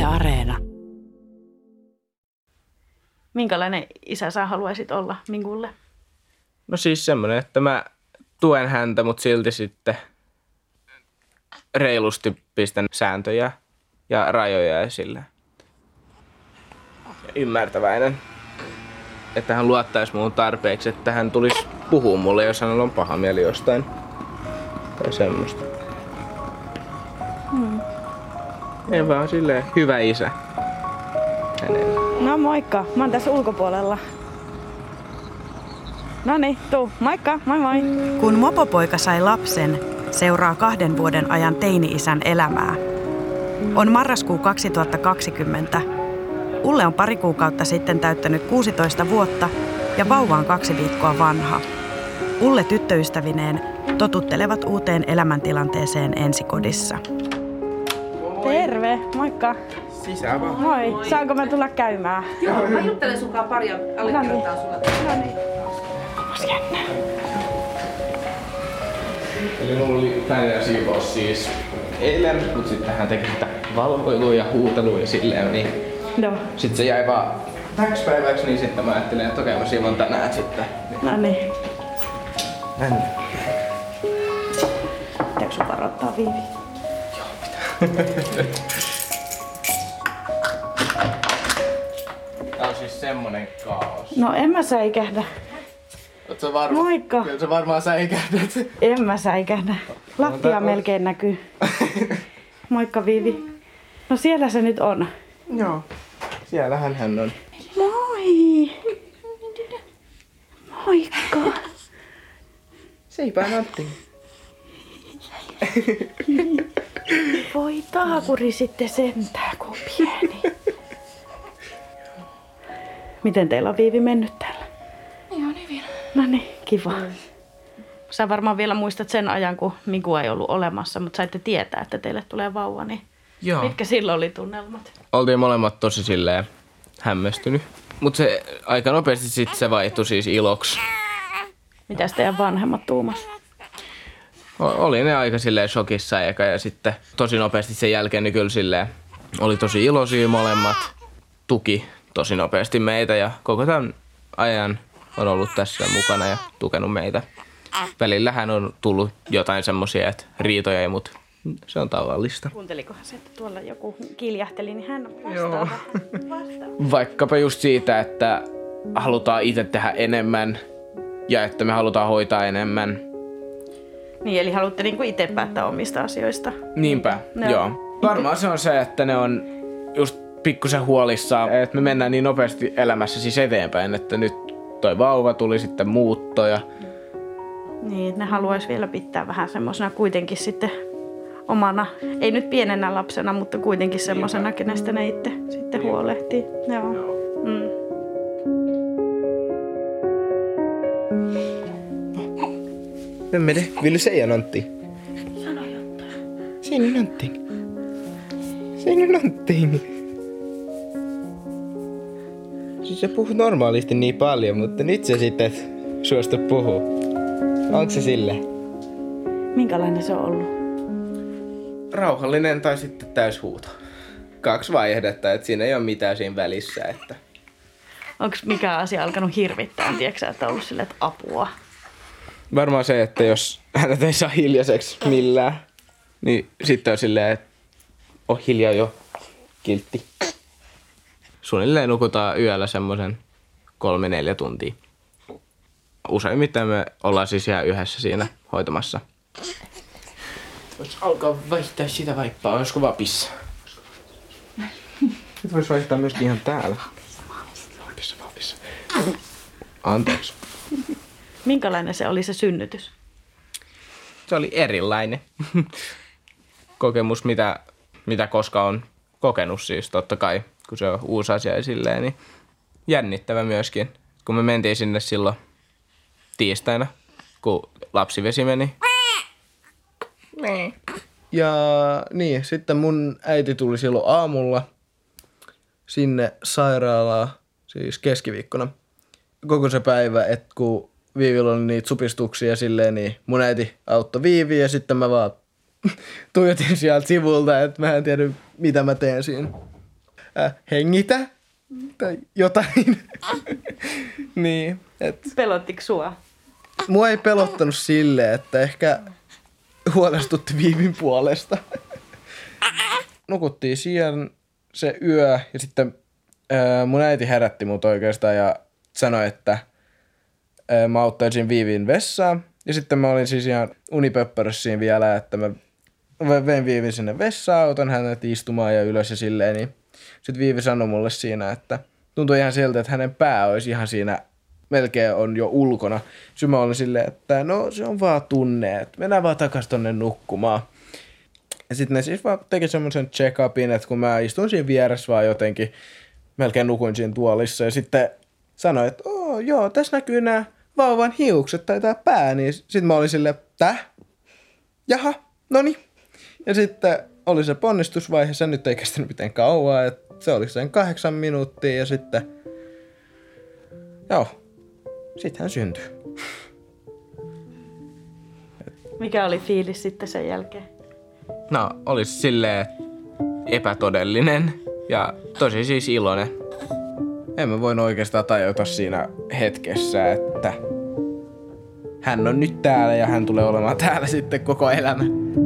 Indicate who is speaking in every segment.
Speaker 1: Areena.
Speaker 2: Minkälainen isä sä haluaisit olla Minkulle?
Speaker 3: No siis semmoinen, että mä tuen häntä, mutta silti sitten reilusti pistän sääntöjä ja rajoja esille. Ja ymmärtäväinen, että hän luottaisi muun tarpeeksi, että hän tulisi puhua mulle, jos hänellä on paha mieli jostain. Tai semmoista. Ei vaan silleen hyvä isä hänelle.
Speaker 2: No moikka, mä oon tässä ulkopuolella. Noniin, tuu. Moikka, moi moi.
Speaker 1: Kun mopopoika sai lapsen, seuraa 2 vuoden ajan teini-isän elämää. On marraskuu 2020. Ulle on pari kuukautta sitten täyttänyt 16 vuotta ja vauva on 2 viikkoa vanha. Ulle tyttöystävineen totuttelevat uuteen elämäntilanteeseen ensikodissa.
Speaker 2: Terve, moikka.
Speaker 3: Sisään vaan.
Speaker 2: Moi, saanko mä tulla käymään?
Speaker 4: Joo, mä juttelen sunkaan pari ja allekirjoittaa sulle.
Speaker 2: Noniin. Onpas jännä.
Speaker 3: Eli mulla oli päivä siivous siis eilen, mutta sitten hän teki sitä valvoilua ja huutelua ja silleen, niin
Speaker 2: No.
Speaker 3: sitten se jäi vaan täksi päiväksi, niin sitten mä ajattelin, että okei, mä siivon tänään sitten.
Speaker 2: Noniin.
Speaker 3: Näin.
Speaker 2: Pitääkö sun varoittaa Viivi?
Speaker 3: Tää on siis semmonen kaos.
Speaker 2: No en mä säikähdä.
Speaker 3: Oot sä varma?
Speaker 2: Moikka.
Speaker 3: Kyllä sä varmaan säikähdät.
Speaker 2: En mä säikähdä. Lattia melkein näkyy. Moikka Viivi. No siellä se nyt on.
Speaker 3: Joo. Siellähän hän on.
Speaker 2: Moi! Moikka!
Speaker 3: Seipä Antti.
Speaker 2: Voi taakuri sitten sentää, kun pieni. Miten teillä on Viivi mennyt täällä?
Speaker 4: Ihan hyvin.
Speaker 2: No niin, kiva. Sä varmaan vielä muistat sen ajan, kun Miku ei ollut olemassa, mutta saitte tietää, että teille tulee vauva, niin
Speaker 3: Joo.
Speaker 2: mitkä silloin oli tunnelmat?
Speaker 3: Oltiin molemmat tosi silleen hämmästynyt. Mut se aika nopeasti sit se vaihtui siis iloksi.
Speaker 2: Mitäs teidän vanhemmat tuumas?
Speaker 3: Oli ne aika silleen shokissa eka ja sitten tosi nopeasti sen jälkeen niin kyllä silleen oli tosi iloisia molemmat. Tuki tosi nopeasti meitä ja koko tämän ajan on ollut tässä mukana ja tukenut meitä. Välillähän on tullut jotain semmosia, että riitoja ei, mut se on tavallista.
Speaker 2: Kuuntelikohan se, että tuolla joku kiljahteli, niin hän vastaa.
Speaker 3: Vaikkapa just siitä, että halutaan itse tehdä enemmän ja että me halutaan hoitaa enemmän.
Speaker 2: Niin, eli haluatte niinku itse päättää omista asioista.
Speaker 3: Niinpä,
Speaker 2: No.
Speaker 3: joo. Varmaan se on se, että ne on just pikkusen huolissaan, että me mennään niin nopeasti elämässä siis eteenpäin, että nyt toi vauva tuli sitten muutto ja
Speaker 2: Niin, ne haluaisi vielä pitää vähän semmosena kuitenkin sitten omana, ei nyt pienenä lapsena, mutta kuitenkin semmosena, kenestä ne itse sitten huolehtii. Joo.
Speaker 3: Vem är det? Vill du säga någonting?
Speaker 2: Sano jotain.
Speaker 3: Säg nu någonting. Säg nu någonting. Siis sä puhut normaalisti niin paljon, mutta nyt sä sitten et suostu puhua. Onko se sille?
Speaker 2: Minkälainen se on ollut?
Speaker 3: Rauhallinen tai sitten täyshuuto. 2 vaihdetta, että siinä ei ole mitään siinä välissä. Että
Speaker 2: Onko mikään asia alkanut hirvittää, tiedätkö että on ollut silleen, että apua?
Speaker 3: varmaan se, että jos hänet ei saa hiljaiseksi millään, niin sitten on silleen, että on hiljaa jo kiltti. Suunnilleen nukutaan yöllä semmoisen 3-4 tuntia. Useimmiten me ollaan siis ihan yhdessä siinä hoitamassa. Voisi alkaa vaihtaa sitä vaippaa, olisiko vapissa? Nyt voisi vaihtaa myöskin ihan täällä. Vapissa. Anteeksi.
Speaker 2: Minkälainen se oli se synnytys?
Speaker 3: Se oli erilainen kokemus, mitä koskaan on kokenut siis totta kai, kun se on uusi asia ja silleen, niin jännittävä myöskin. Kun me mentiin sinne silloin tiistaina, kun lapsivesi meni. Ja niin, sitten mun äiti tuli silloin aamulla sinne sairaalaan, siis keskiviikkona. Koko se päivä, että kun Viivillä oli niitä supistuksia silleen, niin mun äiti auttoi Viiviä ja sitten mä vaan tuijotin sieltä sivulta, että mä en tiedä mitä mä teen siinä. hengitä tai jotain. Niin,
Speaker 2: Pelottiko sua?
Speaker 3: mua ei pelottanut silleen, että ehkä huolestutti Viivin puolesta. Nukuttiin siihen se yö ja sitten mun äiti herätti mut oikeastaan ja sanoi, että mä auttaisin Viivin vessaan. Ja sitten mä olin siis ihan unipöppärössä siinä vielä, että mä vein Viivin sinne vessaan, otan hänet istumaan ja ylös ja silleen. Niin sitten Viivi sanoi mulle siinä, että tuntui ihan siltä, että hänen pää olisi ihan siinä, melkein on jo ulkona. Sitten mä olin silleen, että no se on vaan tunne, että mennään vaan takaisin tonne nukkumaan. Ja sitten ne siis vaan teki semmoisen check-upin, että kun mä istun siinä vieressä vaan jotenkin, melkein nukuin siinä tuolissa ja sitten sanoi, että joo, tässä näkyy nämä vauvan hiukset tai tää pää, niin sitten mä olin silleen, jaha, noni. Ja sitten oli se ponnistusvaihe, se nyt ei kestänyt miten kauan, että se oli sen 8 minuuttia ja sitten, sitten hän syntyi.
Speaker 2: Mikä oli fiilis sitten sen jälkeen?
Speaker 3: No, olisi silleen epätodellinen ja tosi siis iloinen. En mä voinut oikeastaan tajuta siinä hetkessä, että hän on nyt täällä ja hän tulee olemaan täällä sitten koko elämä.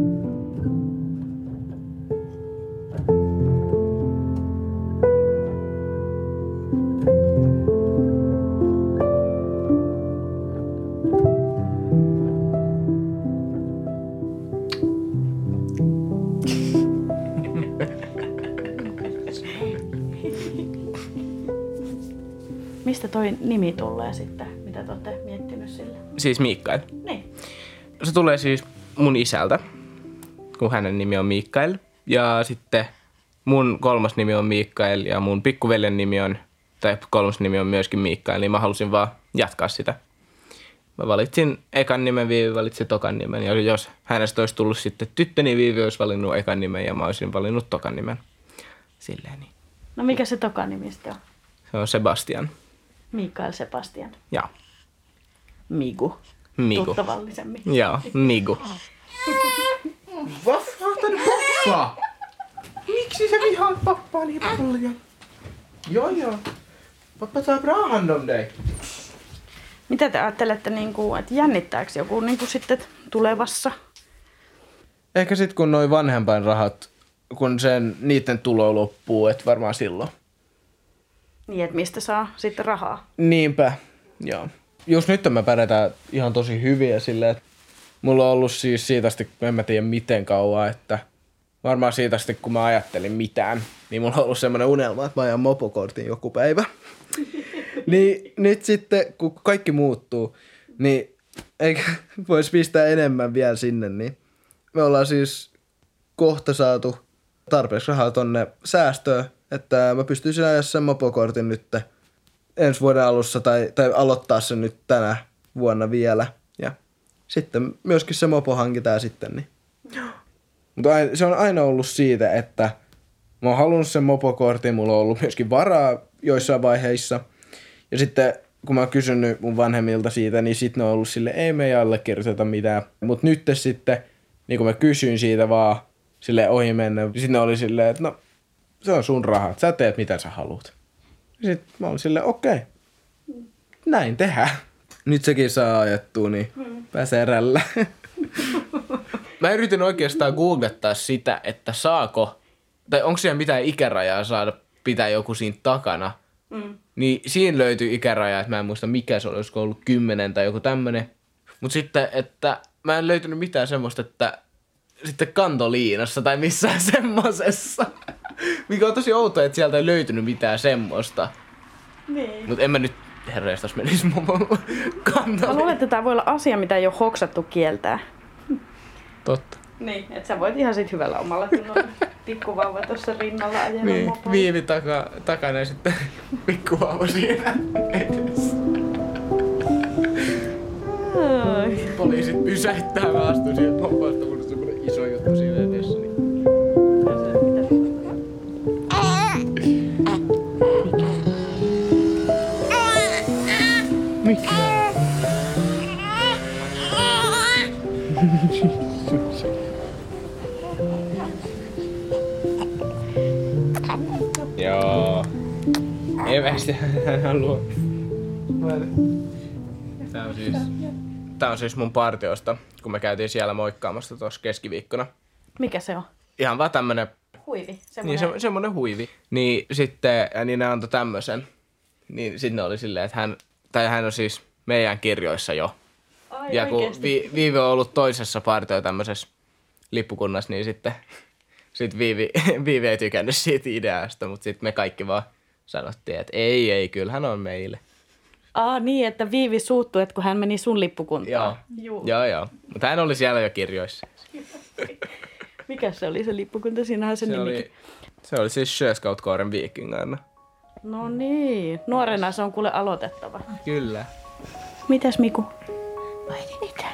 Speaker 2: Mistä toi nimi tulee sitten? Mitä te olette miettinyt sillä?
Speaker 3: Siis Mikael.
Speaker 2: Niin.
Speaker 3: Se tulee siis mun isältä, kun hänen nimi on Mikael. Ja sitten mun kolmas nimi on Mikael ja mun pikkuveljen nimi on, tai kolmas nimi on myöskin Mikael, niin mä halusin vaan jatkaa sitä. Mä valitsin ekan nimen, Viivi valitsi tokan nimen. Ja jos hänestä olisi tullut sitten tyttö, niin Viivi olisi valinnut ekan nimen ja mä olisin valinnut tokan nimen. Silleen niin.
Speaker 2: No mikä se tokan nimi sitten on?
Speaker 3: Se on Sebastian.
Speaker 2: Mikael Sebastian.
Speaker 3: Joo.
Speaker 2: Migu. Tuttavallisemmin.
Speaker 3: Joo, Migu. Vaffahtanut pappa! Miksi sä vihaat pappaa niin paljon? Joo. Pappa saa bra hand om dig.
Speaker 2: Mitä te ajattelette, että jännittääkö joku sitten tulevassa?
Speaker 3: Ehkä sit kun noi vanhempainrahat, kun niiden tulo loppuu, että varmaan silloin.
Speaker 2: Niin, että mistä saa sitten rahaa?
Speaker 3: Niinpä, joo. Just nyt me pärjätään ihan tosi hyviä silleen, että mulla on ollut siis siitä asti, en mä tiedä miten kauan, että varmaan siitä asti, kun mä ajattelin mitään, niin mulla on ollut semmoinen unelma, että mä ajan mopokortin joku päivä. Niin nyt sitten, kun kaikki muuttuu, niin eikä voisi pistää enemmän vielä sinne, niin me ollaan siis kohta saatu tarpeeksi rahaa tonne säästöön, että mä pystyisin ajaa sen mopokortin nyt ensi vuoden alussa tai aloittaa sen nyt tänä vuonna vielä. Ja sitten myöskin se mopo hankitaan sitten. Niin. Mutta se on aina ollut siitä, että mä oon halunnut sen mopokortin, mulla on ollut myöskin varaa joissain vaiheissa. Ja sitten kun mä oon kysynyt mun vanhemmilta siitä, niin sitten ne on ollut silleen, ei me ei allekirjoiteta mitään. Mutta nyt sitten, niin kun mä kysyin siitä vaan silleen ohi mennä, niin sitten ne oli silleen, että no se on sun rahat, sä teet mitä sä haluat. Sitten mä olin silleen, okei, näin tehdään. Nyt sekin saa ajettua, niin pääsee rällä. Mä yritin oikeastaan googlettaa sitä, että saako, tai onko siellä mitään ikärajaa saada pitää joku siinä takana. Niin siinä löytyi ikäraja, että mä en muista mikä se oli, olisiko ollut 10 tai joku tämmönen. Mutta sitten, että mä en löytynyt mitään semmoista, että sitten kantoliinassa tai missään semmosessa. Mikä on tosi outoa, että sieltä ei löytynyt mitään semmoista.
Speaker 2: Niin.
Speaker 3: Mut en mä nyt herreistas menis mun kantoliin.
Speaker 2: Mä luulen, että tää voi olla asia, mitä ei ole hoksattu kieltää.
Speaker 3: Totta.
Speaker 2: Niin, että sä voit ihan sit hyvällä omalla tunnolla pikkuvauva tuossa rinnalla ajella
Speaker 3: Niin,
Speaker 2: mopolla.
Speaker 3: Viivi takana ja sitten pikkuvauva siinä edessä. Poliisit pysäyttää, mä astun siihen moposta, kun on semmonen iso juttu siinä edessä. Niin. Mikä? Joo. Ei väistä hän haluaa. Tää on siis mun partiosta, kun me käytiin siellä moikkaamassa tuossa keskiviikkona.
Speaker 2: Mikä se on?
Speaker 3: Ihan vaan tämmönen,
Speaker 2: Huivi.
Speaker 3: niin semmonen huivi. Niin sitten, niin ne antoi tämmösen. Niin sitten ne oli silleen, että hän on siis meidän kirjoissa jo.
Speaker 2: Ai,
Speaker 3: ja kun
Speaker 2: oikeesti?
Speaker 3: Viivi on ollut toisessa partio tämmöisessä lippukunnassa, niin sitten Viivi ei tykännyt siitä ideasta, mutta sitten me kaikki vaan sanottiin, että ei, kyllähän on meille.
Speaker 2: Niin, että Viivi suuttui, että kun hän meni sun lippukuntaan.
Speaker 3: Joo. Mutta hän oli siellä jo kirjoissa.
Speaker 2: Mikä se oli se lippukunta? Siinähän se nimikin.
Speaker 3: Se oli siis Sjöskautkåren Vikingarna.
Speaker 2: No niin. Nuorena se on kuule aloitettava.
Speaker 3: Kyllä.
Speaker 2: Mitäs Miku? Mitä?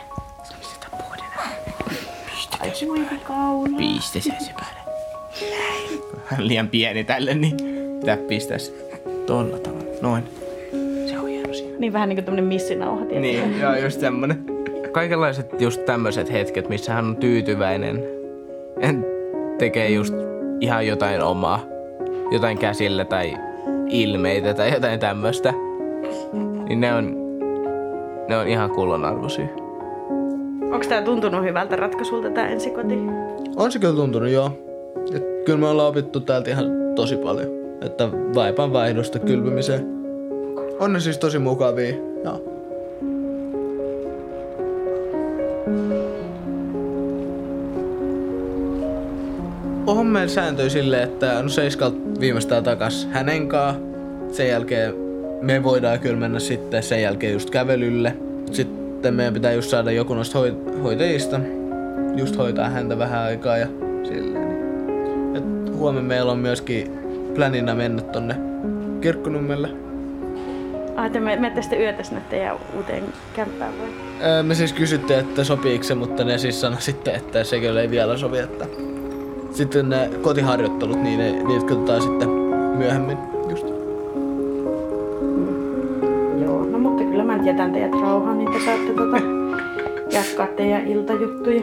Speaker 2: Ai huivikaula.
Speaker 3: Pistä se päälle. Hän on liian pieni tälle, niin pitää pistää se tolla tavalla. Noin. Se on hieno siinä.
Speaker 2: Niin vähän niin kuin tämmönen missinauha tietysti.
Speaker 3: Niin, joo, just semmonen. Kaikenlaiset just tämmöiset hetket, missä hän on tyytyväinen. Hän tekee just ihan jotain omaa. Jotain käsillä tai ilmeitä tai jotain tämmöstä. Niin ne on ihan kullanarvoisia.
Speaker 2: Onko tää tuntunut hyvältä ratkaisulta tää ensikoti?
Speaker 5: On se kyllä tuntunut, joo. Et kyllä me ollaan opittu täältä ihan tosi paljon. Että vaipan vaihdosta kylpymiseen. On ne siis tosi mukavia, joo. On meillä sääntöjä silleen, että no 7 viimeistään takas hänen kaa. Sen jälkeen me voidaan kyllä mennä sitten sen jälkeen just kävelylle. Sitten meidän pitää just saada joku noista hoitajista. Just hoitaa häntä vähän aikaa ja silleen. Et huomenna meillä on myöskin planina mennä tonne Kirkkonummelle.
Speaker 2: Te menette sitten yötä sinne teidän uuteen kämppään vai?
Speaker 5: Me siis kysyttiin, että sopiiko se, mutta ne siis sanoi sitten, että se kyllä ei vielä sovi. Että sitten ne kotiharjoittelut, niin niitä katsotaan sitten myöhemmin just.
Speaker 2: Joo, no mutta kyllä mä jätän teidät rauhaan, niin te saatte jatkaa teidän iltajuttuja.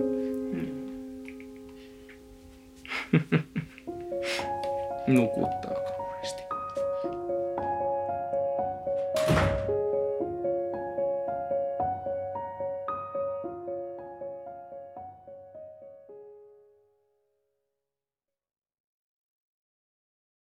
Speaker 3: Nukuttaa.